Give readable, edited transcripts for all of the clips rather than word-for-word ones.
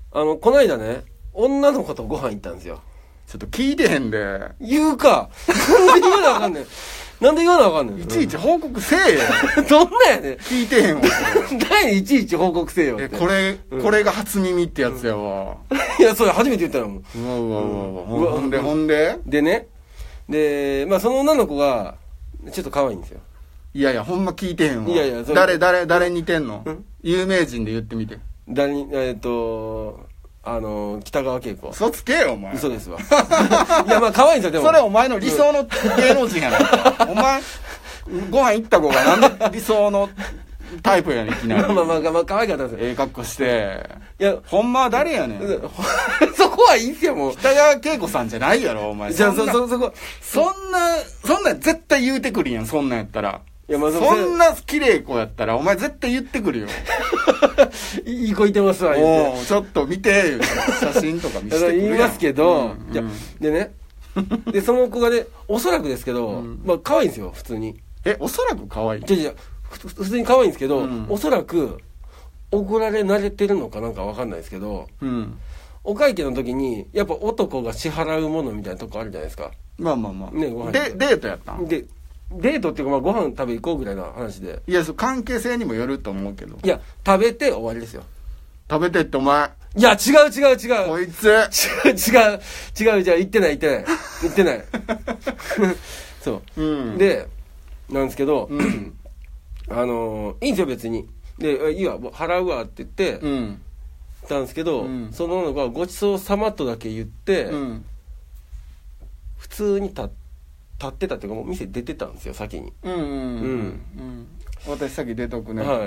この間ね、女の子とご飯行ったんですよ。 ちょっと聞いてへんで。 言うか。なんで言わなあかんねん。なんで言わなあかんねん。 いちいち報告せえよ。 どんなんやねん。 聞いてへんわ。 何いちいち報告せえよって。 これが初耳ってやつやわ。 いや、それ初めて言ったのもん。 うわ。ほんででね。で、まあその女の子が、ちょっと可愛いんですよ。 いやいや、ほんま聞いてへんわ。 いやいや、 誰似てんの？有名人で言ってみて。 誰に、北川景子。 嘘つけよ、お前。 嘘ですわ。いや、まあ可愛いんですよ、でも。 それお前の理想の芸能人やな。お前、ご飯行った子がなんで理想のタイプやねん、いきなり。 まあ可愛かったんですよ。 ええ格好して。 いや、 ほんまは誰やねん。 そこはいいっすよ、もう。 北川景子さんじゃないやろ、お前。 じゃあ、そこ。 そんな絶対言うてくるやん、そんなんやったら。 いや、まあ、 そんな綺麗子やったら、お前絶対言ってくるよ。 いい子いてますわ、言って。 ちょっと見て、写真とか見せてくるやん。 言いますけど、でね、で、その子がね、おそらくですけど、まあ、可愛いんですよ、普通に。 おそらく可愛い？ 普通に可愛いんですけど、おそらく、怒られ慣れてるのかなんかわかんないですけど、お会計の時に、やっぱ男が支払うものみたいなとこあるじゃないですか。 まあ。 ね、ご飯。 デートやったん？ デートっていうか、まあ、ご飯食べ行こうぐらいの話で。 いや、関係性にもよると思うけど。 いや、食べて終わりですよ。 食べてってお前。 いや、違う。 こいつ。 違う、じゃあ言ってない。そう。で、なんですけど、いいんですよ、別に。で、いいわ、払うわって言って、たんですけど、その女の子はごちそうさまとだけ言って、普通に立ってたっていうか、もう店出てたんですよ、先に。 私先出とくね。 はい。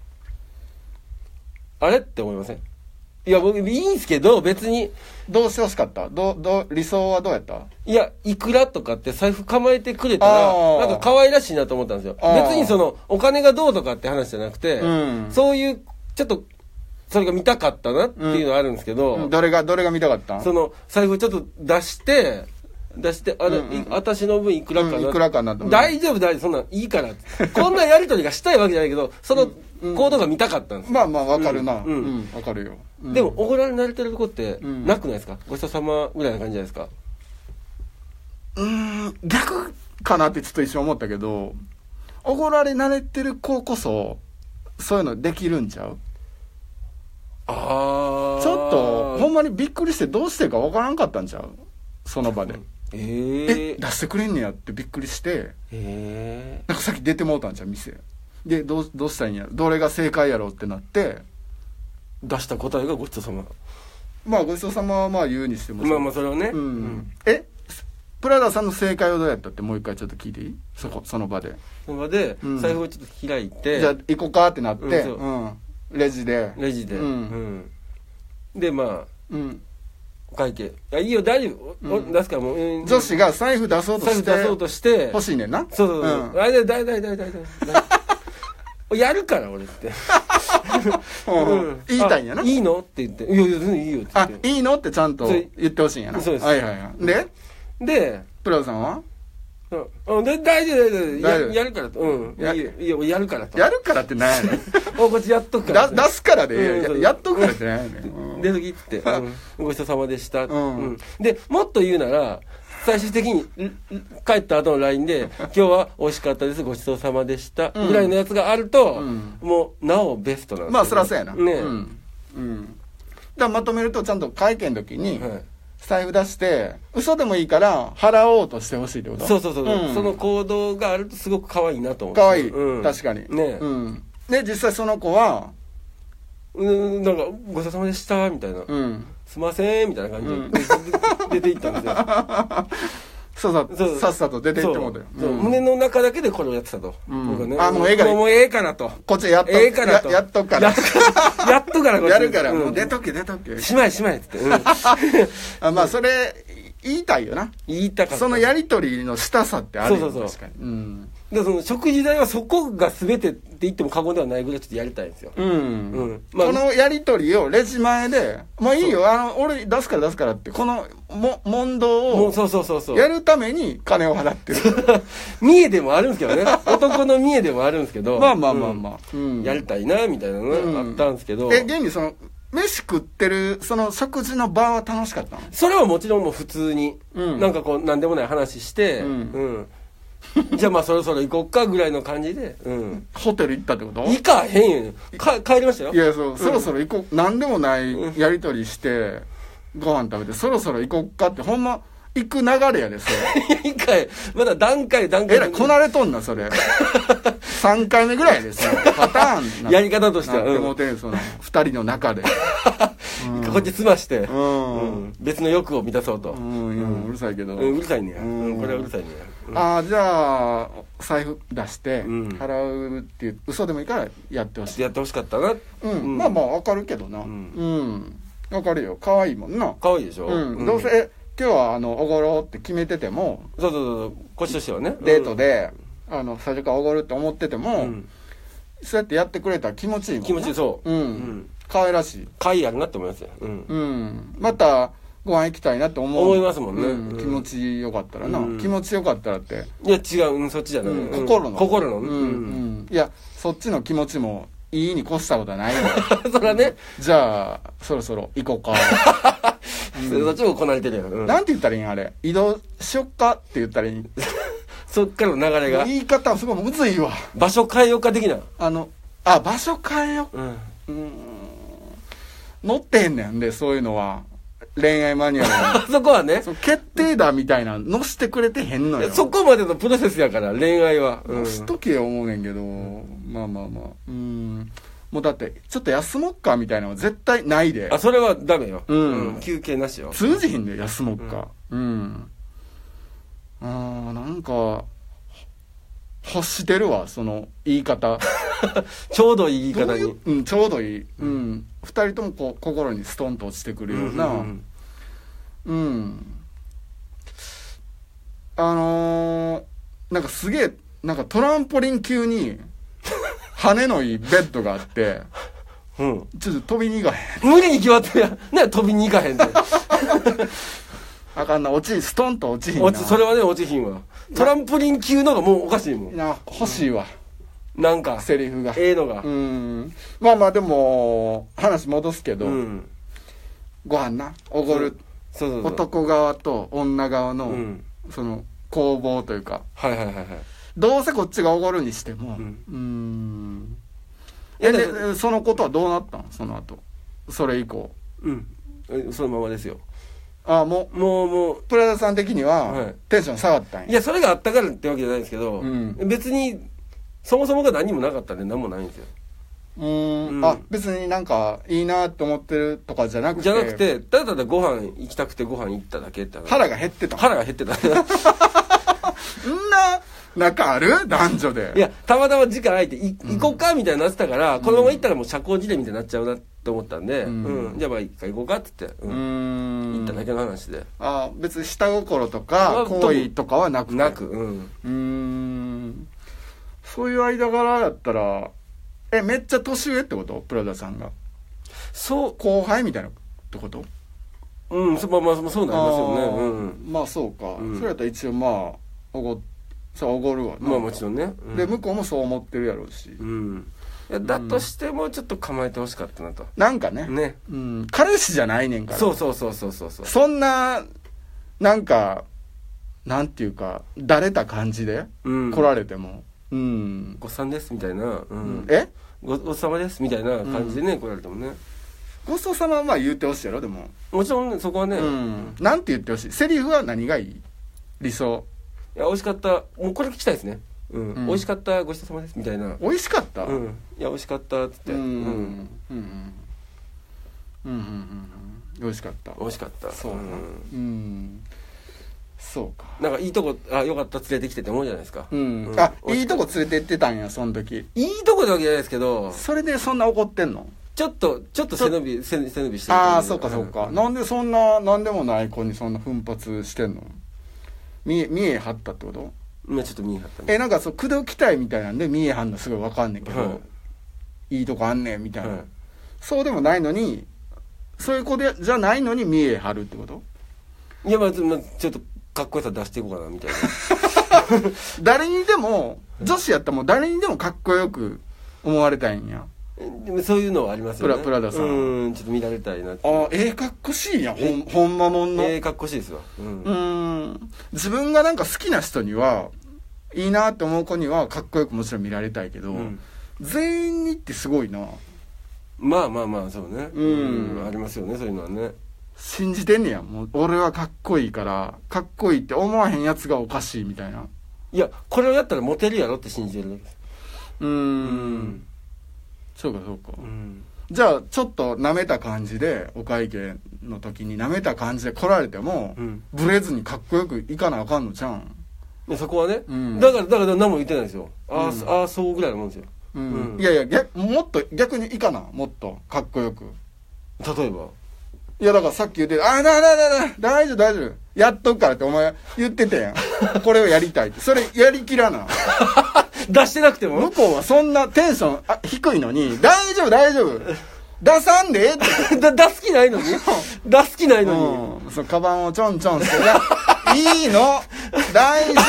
あれって思いません？いや、僕、いいんすけど、別に。 どうしてほしかった？理想はどうやった？ いや、いくらとかって財布構えてくれたら、なんか可愛らしいなと思ったんですよ。別にお金がどうとかって話じゃなくて、そういう、ちょっと、それが見たかったなっていうのはあるんですけど、 どれが見たかった？ 財布ちょっと出して、私の分いくらかな。 いくらかなと。 大丈夫、そんなんいいから。こんなやりとりがしたいわけじゃないけど、その行動が見たかったんですよ。 まあ、わかるな。わかるよ。 でも、怒られ慣れてるとこってなくないですか？ごちそうさまぐらいな感じじゃないですか。 逆かなってちょっと一瞬思ったけど、怒られ慣れてる子こそ、そういうのできるんちゃう？ちょっと、ほんまにびっくりしてどうしてかわからんかったんちゃう？その場で。出してくれんねやってびっくりして、なんかさっき出てもうたんちゃう、店で。どうしたらいいんやろ、どれが正解やろうってなって、 出した答えがごちそうさま。 まあごちそうさまはまあ言うにしても、 まあそれはね。 プラダさんの正解はどうやったってもう一回ちょっと聞いていい？その場で財布をちょっと開いて、 じゃあ行こうかってなって、レジでで、まあお会計、いや、いいよ、大丈夫、出すからもう。 女子が財布出そうとして欲しいねんな。 そうあれだいやるから俺って言いたいんやな。 いいのって言って、いやいいよって言って。 いいのってちゃんと言ってほしいんやな。 そうです。 はい。でプラダさんは大丈夫やるからと。いいよやるからと。 やるからって何やねん。 こっちやっとくから。 出すからでやっとくからって何やねん。 出ときって、ごちそうさまでした。でもっと言うなら、最終的に帰った後の LINE で今日は美味しかったです、ごちそうさまでしたぐらいのやつがあると、もうなおベストなんですよ。 まあそらそうやな。だからまとめると、ちゃんと会計の時に財布出して嘘でもいいから払おうとしてほしいってこと。 そう、その行動があるとすごく可愛いなと思って。 可愛い、確かにね。で実際その子はなんかごちそうさまでしたみたいな、すいませんみたいな感じで出ていったんですよ。 さっさと出ていってもうたよ。 胸の中だけでこれをやってたと。僕はね、 もうええから、 もうええかなと。 こっちやっとええかなと。 やっとくからやっとからやるから、もう出とけしまいっつって。 まあそれ言いたいよな。 言いたかった。 そのやり取りのしたさってあるよ。確かに。 でその食事代はそこが全てって言っても過言ではないぐらいちょっとやりたいんですよ。このやり取りをレジ前で、まあいいよ、俺出すからってこの問答をやるために金を払ってる。 見栄でもあるんですけどね。男の見栄でもあるんですけど。 まあ。 やりたいなみたいなのがあったんですけど。 現に飯食ってるその食事の場は楽しかったの？ それはもちろんもう普通に、なんかこうなんでもない話して、じゃあまあそろそろ行こっかぐらいの感じで、 ホテル行ったってこと？ 行かへんよ。帰りましたよ。 いや、そろそろ行こう、なんでもないやりとりして、ご飯食べて、そろそろ行こっかって、ほんま、行く流れやで、それ。 一回、まだ段階。 えらい、こなれとんな、それ。3回目ぐらいですよ。パターンやり方としては。 でもて、その、2人の中で。 こっち済まして、別の欲を満たそうと。 うるさいけど。 うるさいねや。これはうるさいねや。 ああ、じゃあ、財布出して、払うっていう、嘘でもいいからやってほしい。 やってほしかったな。 まあまあ、わかるけどな。わかるよ。可愛いもんな。 可愛いでしょ。 どうせ、今日はおごろうって決めてても、 そうこっちとしてはね、 デートで最初からおごるって思ってても、そうやってやってくれたら気持ちいいもんな。 気持ちいい、そう可愛らしい。 可愛いあるなって思いますよ。 またご飯行きたいなって思いますもんね。 気持ちよかったらな。気持ちよかったらって。 いや違う、そっちじゃない。 心の。 いや、そっちの気持ちもいいに越したことはないの。 そらね。 じゃあそろそろ行こうか。 そっちもこなれてるよ。 なんて言ったらいいんあれ。移動しよっかって言ったらいい。 そっからの流れが。 言い方すごいむずいわ。 場所変えようか的な。 場所変えよう。乗ってへんねんで、そういうのは。恋愛マニュアル。 そこはね。 決定だみたいな乗してくれてへんのよ。 そこまでのプロセスやから、恋愛は。 乗しとけよ思うねんけど、まあ。もうだって、ちょっと休もっかみたいなのは絶対ないで。 それはダメよ。休憩なしよ。 通じひんで、休もっか。なんか、欲してるわ、その言い方。 ちょうどいい言い方に。 ちょうどいい。二人ともこう心にストンと落ちてくるような。なんかすげえ、なんかトランポリン級に、羽のいいベッドがあって、ちょっと飛びに行かへん。 無理に決まってるやん。ね、飛びに行かへんって。 あかんな、ストンと落ちひんな。 それはね、落ちひんわ。トランポリン級のがもうおかしいもん。 欲しいわ。 なんか、 セリフが。 のが。 まあまあでも、話戻すけど、ご飯な、おごる。男側と女側の、その、攻防というか。どうせこっちがおごるにしても、で、そのことはどうなったのその後。それ以降。 そのままですよ。 もう、プラダさん的には、テンション下がったんや。 いや、それがあったからってわけじゃないんですけど、別に、そもそもが何もなかったんで何もないんですよ。 別になんか、いいなって思ってるとかじゃなくて、ただただご飯行きたくてご飯行っただけって話。 腹が減ってた。 腹が減ってた。 んな、仲ある男女で。 いや、たまたま時間空いて、行こうかみたいになってたから、このまま行ったらもう社交辞令みたいになっちゃうなって思ったんで、じゃあまあ一回行こうかって言って、行っただけの話で。 別に下心とか、行為とかはなくて。そういう間柄だったら、めっちゃ年上ってことプラダさんが。後輩みたいなってこと？ まあそうなりますよね。 まあそうか。それやったら一応まあ、おごるわな。 まあもちろんね。 で、向こうもそう思ってるやろうし。 だとしてもちょっと構えてほしかったなと。 なんかね。彼氏じゃないねんから。 そう。 そんな、なんか、なんていうか、だれた感じで来られても。 ごっさんですみたいな。ごちそうさまですみたいな感じでね、来られてもね。 ごちそうさまはまあ言ってほしいやろ、でも。 もちろんね、そこはね。 なんて言ってほしい。セリフは何がいい？理想。 いや、美味しかった。もうこれ聞きたいですね。美味しかった、ごちそうさまですみたいな。 美味しかった？ いや、美味しかったっつって。 美味しかった。 美味しかった。 そうか。そうか。 なんかいいとこ、よかった連れてきてって思うじゃないですか。 いいとこ連れて行ってたんや、その時。 いいとこってわけじゃないですけど。 それでそんな怒ってんの？ ちょっと背伸びしてる。 そうか。なんでそんな、なんでもない子にそんな奮発してんの？見え張ったってこと？ ちょっと見え張った。 なんか口説きたいみたいなんで見え張んのすごいわかんねんけど、いいとこあんねんみたいな。そうでもないのに、そういう子じゃないのに見え張るってこと？ いや、ちょっとかっこよさ出していこうかなみたいな。 誰にでも、女子やったらもう誰にでもかっこよく思われたいんや。 でもそういうのはありますよね。 プラダさん。 ちょっと見られたいなって。 かっこしいやん、ほんまもんの。 かっこしいですわ。 自分がなんか好きな人には、いいなって思う子にはかっこよくもちろん見られたいけど、全員にってすごいな。 まあそうね。ありますよね、そういうのはね。 信じてんねや。もう俺はかっこいいから、かっこいいって思わへんやつがおかしいみたいな。 いや、これをやったらモテるやろって信じてるだけです。 そうか。じゃあちょっと舐めた感じで、お会計の時に舐めた感じで来られても、ブレずにかっこよくいかなあかんのじゃん。 そこはね、だから何も言ってないですよ。そうぐらいのもんですよ。 いやもっと逆にいかな、もっとかっこよく。 例えば、 いやだからさっき言って大丈夫やっとくからってお前言ってたやん。これをやりたいって。それやりきらな。 出してなくても向こうはそんなテンション低いのに、大丈夫出さんでって出す気ないのに出す気ないのに、カバンをちょんちょんしていいの大丈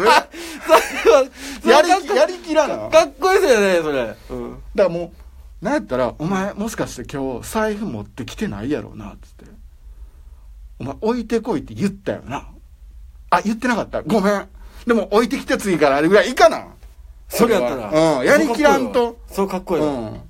夫やりきらな。 かっこいいですよね、それ。 だからもうなんやったら、お前もしかして今日財布持ってきてないやろうなっつって、お前置いてこいって言ったよな。言ってなかった、ごめん。でも置いてきて次からあれぐらいいいかな。 それやったらやりきらんと。 そうかっこいい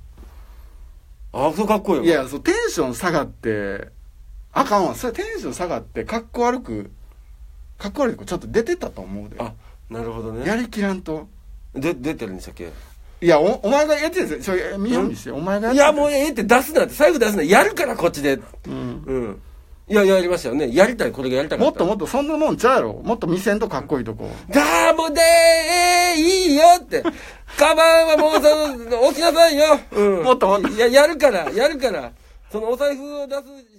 そうかっこいい。 いや、テンション下がってあかんわ。それテンション下がってかっこ悪くちょっと出てたと思うで。 なるほどね。 やりきらんと。 出てるんでしたっけ。 いや、お前がやってるんですよ。見ようにして、お前がやってる。 いや、もうって出すなって、財布出すな、やるからこっちで。いや、やりましたよね。やりたい、これがやりたかった。 もっとそんなもんちゃうやろ。もっと見せんとかっこいいとこ。 もういいよって。カバンはもう置きなさいよ。 もっと。 やるから。そのお財布を出す。